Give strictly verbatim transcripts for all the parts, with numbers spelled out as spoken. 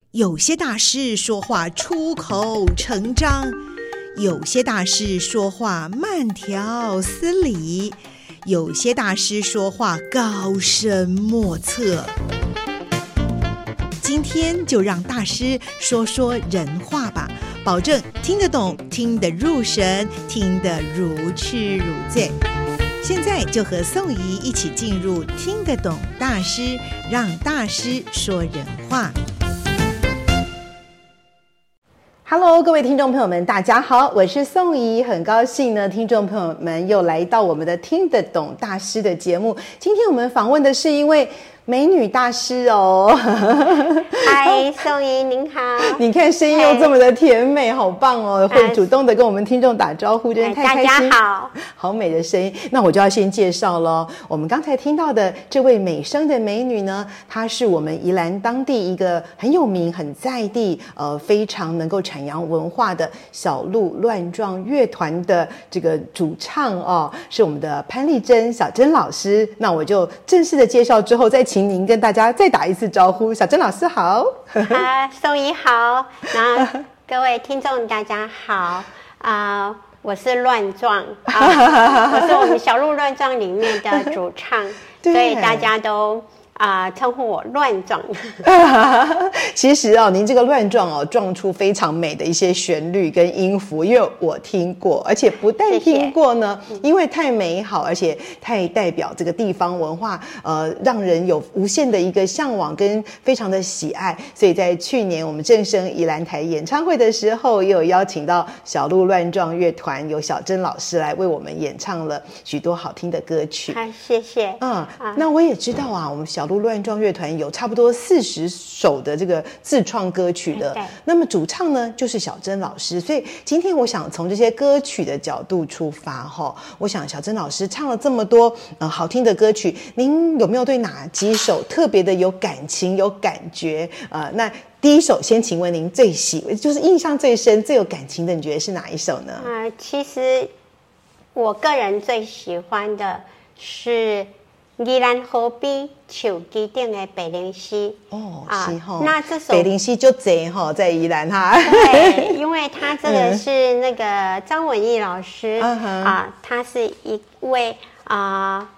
有些大师说话出口成章，有些大师说话慢条斯理，有些大师说话高深莫测。今天就让大师说说人话吧，保证听得懂，听得入神，听得如痴如醉。现在就和宋怡一起进入听得懂大师，让大师说人话。Hello， 各位听众朋友们，大家好，我是宋怡，很高兴呢，听众朋友们又来到我们的听得懂大师的节目。今天我们访问的是一位美女大师哦。 嗨，宋怡您好。 你看声音又这么的甜美，好棒哦，会主动的跟我们听众打招呼，真的太开心。 大家好。 好美的声音，那我就要先介绍咯。我们刚才听到的这位美声的美女呢，她是我们宜兰当地一个很有名、很在地、呃非常能够阐扬文化的小鹿乱撞乐团的这个主唱哦，是我们的潘丽珍小珍老师。那我就正式的介绍之后，再请您跟大家再打一次招呼。小珍老师好。 啊，宋怡好。那各位听众大家好啊。呃我是乱撞啊，我是我们小鹿乱撞里面的主唱，所以大家都啊、呃、称呼我乱撞。 其实哦，您这个乱撞哦，撞出非常美的一些旋律跟音符，因为我听过，而且不但听过呢，谢谢因为太美好，而且太代表这个地方文化，呃，让人有无限的一个向往跟非常的喜爱。所以在去年我们正声宜兰台演唱会的时候，也有邀请到小鹿乱撞乐团，由小珍老师来为我们演唱了许多好听的歌曲。 啊，谢谢。 嗯，啊、那我也知道啊，我们小鹿乱撞乐团有差不多四十首的这个自创歌曲的，那么主唱呢就是小珍老师，所以今天我想从这些歌曲的角度出发哈，我想小珍老师唱了这么多呃好听的歌曲，您有没有对哪几首特别的有感情有感觉？呃，那第一首先请问您最喜就是印象最深最有感情的，你觉得是哪一首呢？ 啊、呃，其实我个人最喜欢的是宜兰河边树基顶的白灵溪哦，是哈、哦。 那这首白灵溪就贼哈，在宜兰哈。 对，因为他这个是那个张文义老师、嗯、啊，他是一位啊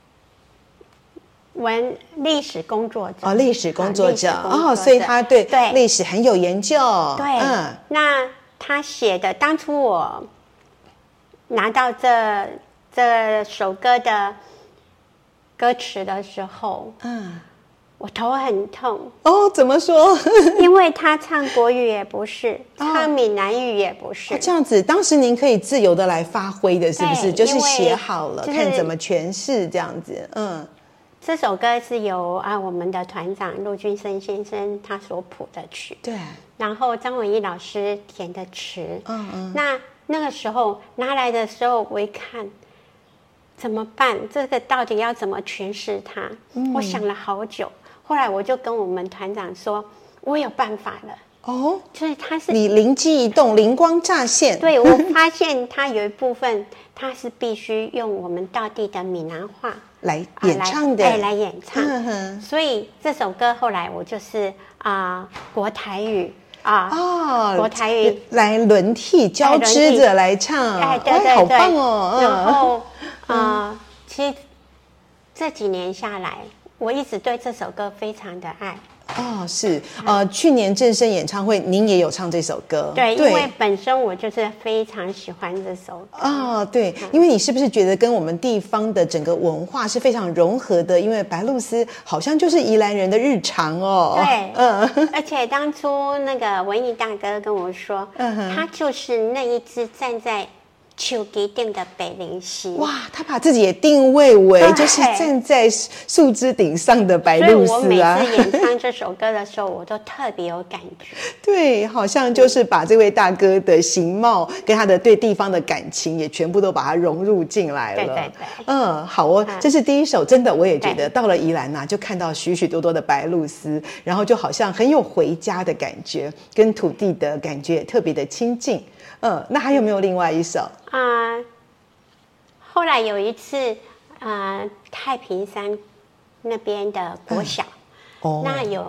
文历史工作者哦，历史工作者、啊、哦，所以他对历史很有研究。 对，嗯，那他写的当初我拿到这这首歌的歌词的时候，嗯，我头很痛哦。怎么说？ 因为他唱国语也不是，哦、唱闽南语也不是、 哦。这样子，当时您可以自由的来发挥的，是不是？就是写好了，就是、看怎么诠释这样子。嗯， 这首歌是由啊我们的团长陆军生先生他所谱的曲， 对， 然后张文义老师填的词。嗯嗯。那那个时候拿来的时候，我一看。怎么办？这个到底要怎么诠释它、嗯？我想了好久，后来我就跟我们团长说，我有办法了。哦，就是他是你灵机一动，灵光乍现。 对，我发现他有一部分，他是必须用我们道地的闽南话来演唱的， 哎、呃，来演唱、嗯。所以这首歌后来我就是啊、呃，国台语。啊哦，国台语来轮替交织着来唱， 哎，对对对， 好棒哦！ 嗯、然后啊、呃，其实这几年下来，我一直对这首歌非常的爱。 哦，是呃，去年正声演唱会，您也有唱这首歌， 对，因为本身我就是非常喜欢这首歌。 哦，对，因为你是不是觉得跟我们地方的整个文化是非常融合的？因为白鹭鸶好像就是宜兰人的日常哦。 对，嗯，而且当初那个文艺大哥跟我说，嗯，他就是那一只站在树基顶的白灵溪。 哇，他把自己也定位为就是站在树枝顶上的白鹭鸶啊！ 所以我每次演唱这首歌的时候，我都特别有感觉。 对，好像就是把这位大哥的形貌跟他的对地方的感情，也全部都把它融入进来了。 对对对， 嗯，好哦，这是第一首，真的我也觉得到了宜兰呐、啊，就看到许许多多的白鹭鸶，然后就好像很有回家的感觉，跟土地的感觉也特别的亲近。嗯，那还有没有另外一首啊、呃？后来有一次，呃，太平山那边的国小，嗯哦、那有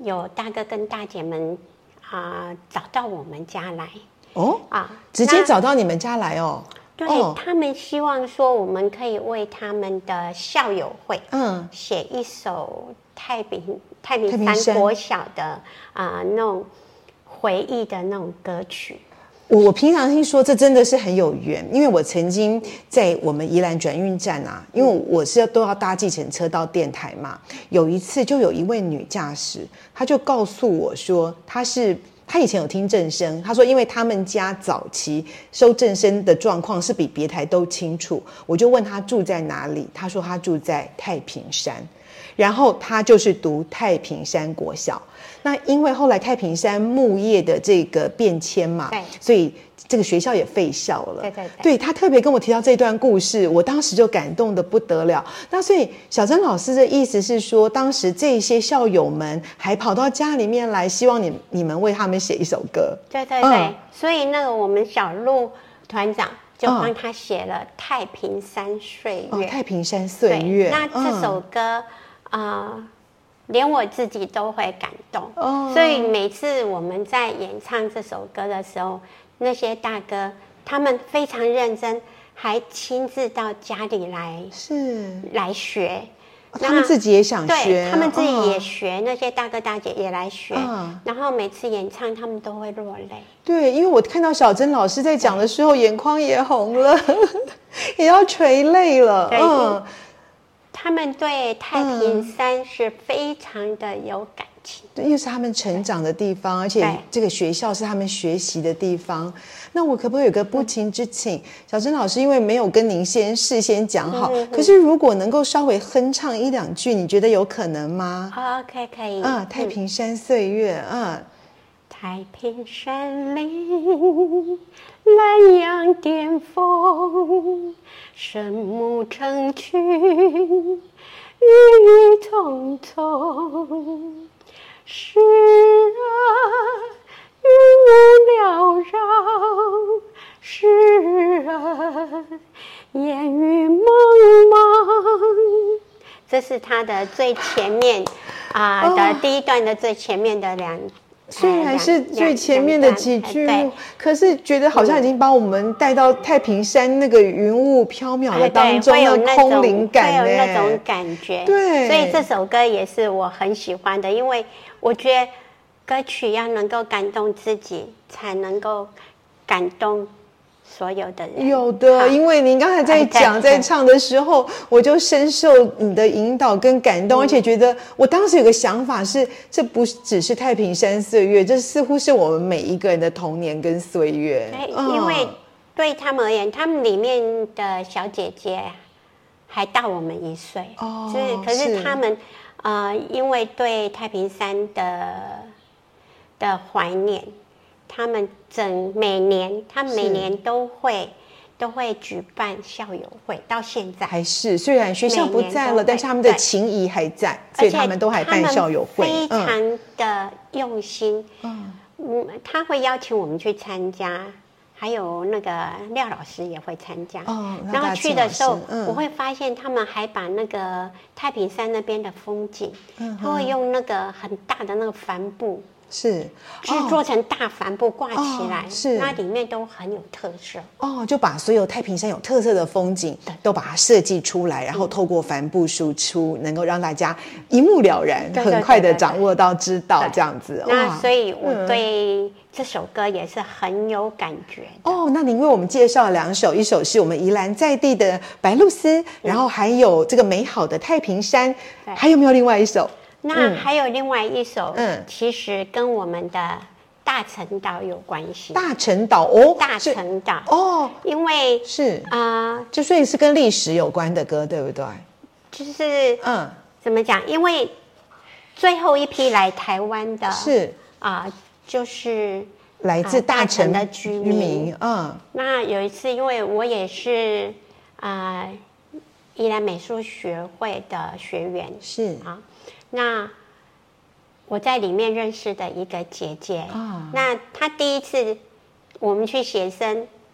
有大哥跟大姐们啊、呃、找到我们家来哦啊，直接找到你们家来哦。 对、 哦、 他们希望说我们可以为他们的校友会嗯写一首太平太平山国小的啊、呃、那种回忆的那种歌曲。 我平常听说这真的是很有缘，因为我曾经在我们宜兰转运站啊，因为我是要都要搭计程车到电台嘛，有一次就有一位女驾驶，她就告诉我说她是她以前有听正声，她说因为他们家早期收正声的状况是比别台都清楚，我就问她住在哪里，她说她住在太平山，然后她就是读太平山国小。那因为后来太平山木业的这个变迁嘛，所以这个学校也废校了。 对对对， 对他特别跟我提到这段故事，我当时就感动得不得了。那所以小珍老师的意思是说，当时这些校友们还跑到家里面来，希望你你们为他们写一首歌。 对对对，嗯、所以那个我们小鹿团长就帮他写了《太平山岁月》。 哦，太平山岁月。 那这首歌啊。嗯呃连我自己都会感动，哦、所以每次我们在演唱这首歌的时候，那些大哥他们非常认真，还亲自到家里来是来学、 哦，他们自己也想学， 对，他们自己也学，哦、那些大哥大姐也来学、哦，然后每次演唱他们都会落泪。 对，因为我看到小珍老师在讲的时候，眼眶也红了，也要垂泪了，嗯。 他们对太平山是非常的有感情， 对，因为是他们成长的地方，而且这个学校是他们学习的地方。那我可不可以有个不情之请，小珍老师，因为没有跟您先事先讲好，嗯、可是如果能够稍微哼唱一两句，你觉得有可能吗？ 好 ，OK， 可以。 啊，太平山岁月，嗯。 太平山岭，南洋巅峰，神木成群，郁郁葱葱。是啊，云雾缭绕；是啊，烟雨蒙蒙。这是他的最前面啊、呃、的第一段的最前面的两。 虽然是最前面的几句，可是觉得好像已经把我们带到太平山那个云雾飘渺的当中的空灵感， 会有那种感觉。 对， 所以这首歌也是我很喜欢的，因为我觉得歌曲要能够感动自己，才能够感动所有的人。 有的，因为您刚才在讲在唱的时候，我就深受你的引导跟感动、嗯、而且觉得我当时有个想法是，这不只是太平山岁月，这似乎是我们每一个人的童年跟岁月。 因为对他们而言，他们里面的小姐姐还大我们一岁哦，所以可是他们呃，因为对太平山的的怀念，他们整每年，他们每年都会都会举办校友会，到现在还是虽然学校不在了，但是他们的情谊还在，所以他们都还办校友会， 非常的用心。嗯，嗯他会邀请我们去参加，还有那个廖老师也会参加。哦，然后去的时候、嗯，我会发现他们还把那个太平山那边的风景，嗯、他会用那个很大的那个帆布。 是制作成大帆布挂起来、哦，是那里面都很有特色哦，就把所有太平山有特色的风景都把它设计出来，然后透过帆布输出，能够让大家一目了然，很快的掌握到知道这样子。 那所以我对这首歌也是很有感觉的、 嗯、哦。那您为我们介绍两首，一首是我们宜兰在地的白鹭鸶、嗯，然后还有这个美好的太平山，还有没有另外一首？ 那还有另外一首，嗯，其实跟我们的大陈岛有关系。 大陈岛哦， 大陈岛哦， 因为是啊，就、呃、所以是跟历史有关的歌，对不对？ 就是嗯，怎么讲？因为最后一批来台湾的是啊、呃，就是来自大陈的居民。 嗯， 那有一次，因为我也是啊，呃、宜兰美术学会的学员， 是啊。那我在里面认识的一个姐姐、哦、那她第一次我们去写生，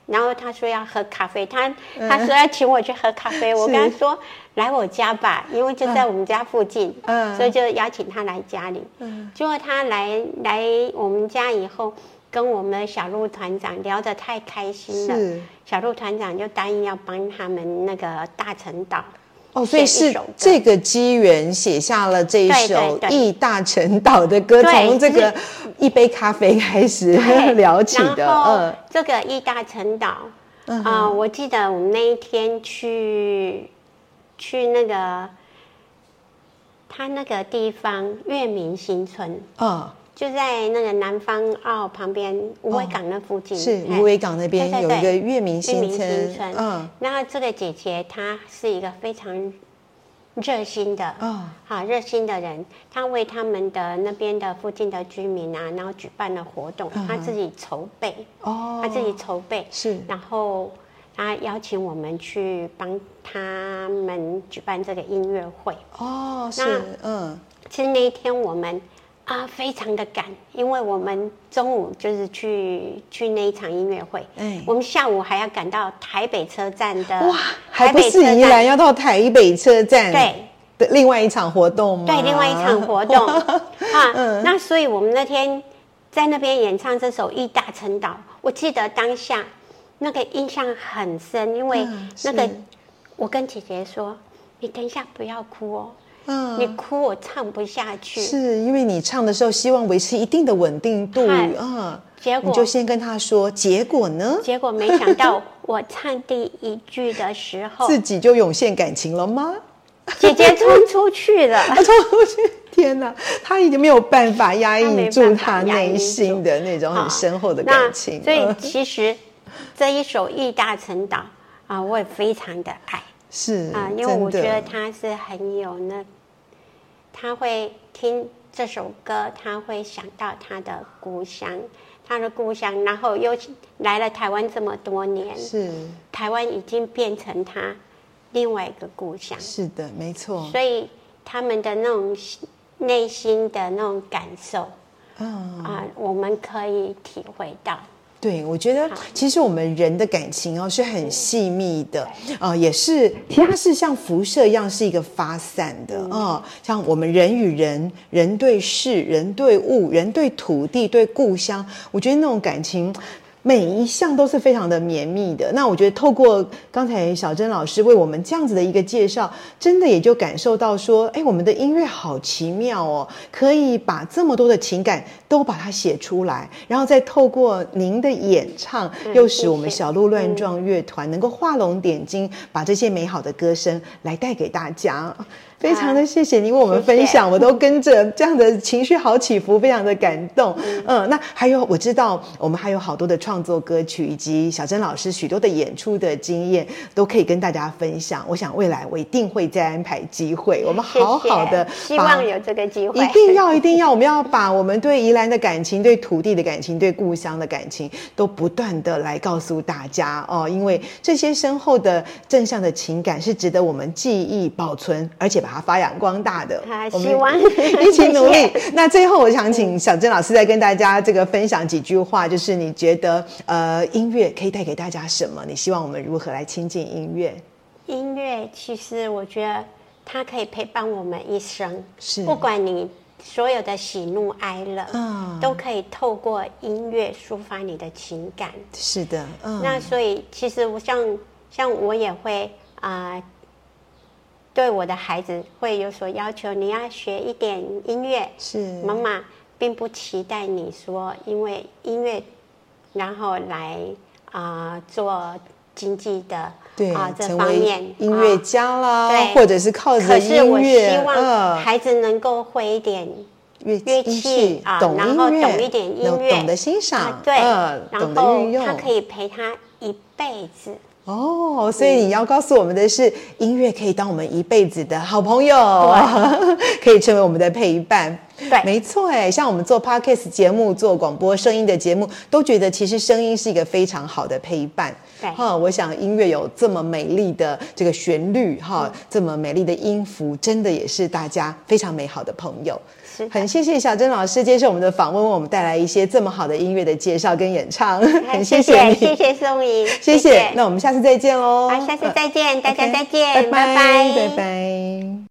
然后他说要喝咖啡，他他说要请我去喝咖啡，我跟他说来我家吧，因为就在我们家附近，嗯，所以就邀请他来家里。嗯，结果他来来我们家以后，跟我们的小鹿团长聊得太开心了，小鹿团长就答应要帮他们那个大陈岛。 哦，所以是这个机缘写下了这一首《忆大陈岛》的歌，从这个一杯咖啡开始聊起的。 嗯，这个《忆大陈岛》啊、呃，我记得我们那一天去去那个他那个地方月明新村，嗯，就在那个南方澳旁边无尾港那附近，哦、 是无尾港那边有一个月明新村。 嗯，那这个姐姐她是一个非常热心的，哦，好热心的人，她为他们的那边的附近的居民啊，然后举办了活动，嗯、她自己筹备，哦，她自己筹备是， 然后她邀请我们去帮他们举办这个音乐会。哦， 是，嗯， 其实那一天我们。啊，非常的赶，因为我们中午就是去去那一场音乐会，哎，我们下午还要赶到台北车站的， 哇，还不是宜兰，要到台北车站对的另外一场活动吗？ 对，另外一场活动啊，嗯，那所以我们那天在那边演唱这首《忆大陈岛》，我记得当下那个印象很深，因为那个、嗯、我跟姐姐说，你等一下不要哭哦。嗯，你哭我唱不下去， 是因为你唱的时候希望维持一定的稳定度啊。 结果你就先跟他说，结果呢？ 结果没想到我唱第一句的时候， 自己就涌现感情了吗？ 姐姐冲出去了， 冲出去！天哪，他已经没有办法压抑住他内心的那种很深厚的感情。 所以其实这一首《忆大陈岛》啊，我也非常的爱。 是啊，因为我觉得他是很有那，他会听这首歌，他会想到他的故乡，他的故乡，然后又来了台湾这么多年， 是台湾已经变成他另外一个故乡。 是的，没错。 所以他们的那种内心的那种感受， 嗯啊，我们可以体会到。 对，我觉得其实我们人的感情哦是很细密的，啊、呃，也是，其实它是像辐射一样，是一个发散的啊、呃。像我们人与人、人对事、人对物、人对土地、对故乡，我觉得那种感情。每一项都是非常的绵密的。那我觉得透过刚才小珍老师为我们这样子的一个介绍，真的也就感受到说，哎，我们的音乐好奇妙哦，可以把这么多的情感都把它写出来，然后再透过您的演唱，又使我们小鹿乱撞乐团能够画龙点睛，把这些美好的歌声来带给大家。非常的谢谢您为我们分享，谢谢，我都跟着这样的情绪好起伏，非常的感动。嗯，呃、那还有我知道我们还有好多的创作歌曲，以及小珍老师许多的演出的经验，都可以跟大家分享。我想未来我一定会再安排机会，我们好好的， 希望有这个机会， 一定要一定要，我们要把我们对宜兰的感情、对土地的感情、对故乡的感情，都不断的来告诉大家哦，因为这些深厚的正向的情感是值得我们记忆保存，而且把把它发扬光大的， 我们希望一起努力。谢谢。那最后，我想请小珍老师再跟大家这个分享几句话，就是你觉得呃音乐可以带给大家什么？你希望我们如何来亲近音乐？ 音乐其实我觉得它可以陪伴我们一生， 是不管你所有的喜怒哀乐，嗯，都可以透过音乐抒发你的情感。 是的，嗯。 那所以其实我像像我也会啊。呃对我的孩子会有所要求，你要学一点音乐。 是， 妈妈并不期待你说因为音乐，然后来啊、呃、做经济的对啊、呃、这方面音乐家啦、 啊， 或者是靠着音乐。可是我希望孩子能够会一点乐乐器啊， 懂然后懂一点音乐， 懂得欣赏， 啊、对、 呃， 然后他可以陪他一辈子。 哦，所以你要告诉我们的是，音乐可以当我们一辈子的好朋友，可以成为我们的陪伴。 对， 没错哎，像我们做 podcast 节目、做广播声音的节目，都觉得其实声音是一个非常好的陪伴。 对， 哈，我想音乐有这么美丽的这个旋律，哈、嗯，这么美丽的音符，真的也是大家非常美好的朋友。 是的， 很谢谢小珍老师接受我们的访问，为我们带来一些这么好的音乐的介绍跟演唱，很谢谢你， 谢谢松怡， 谢谢。那我们下次再见喽。 好，下次再见，大家再见， 拜拜， 拜拜， 拜拜。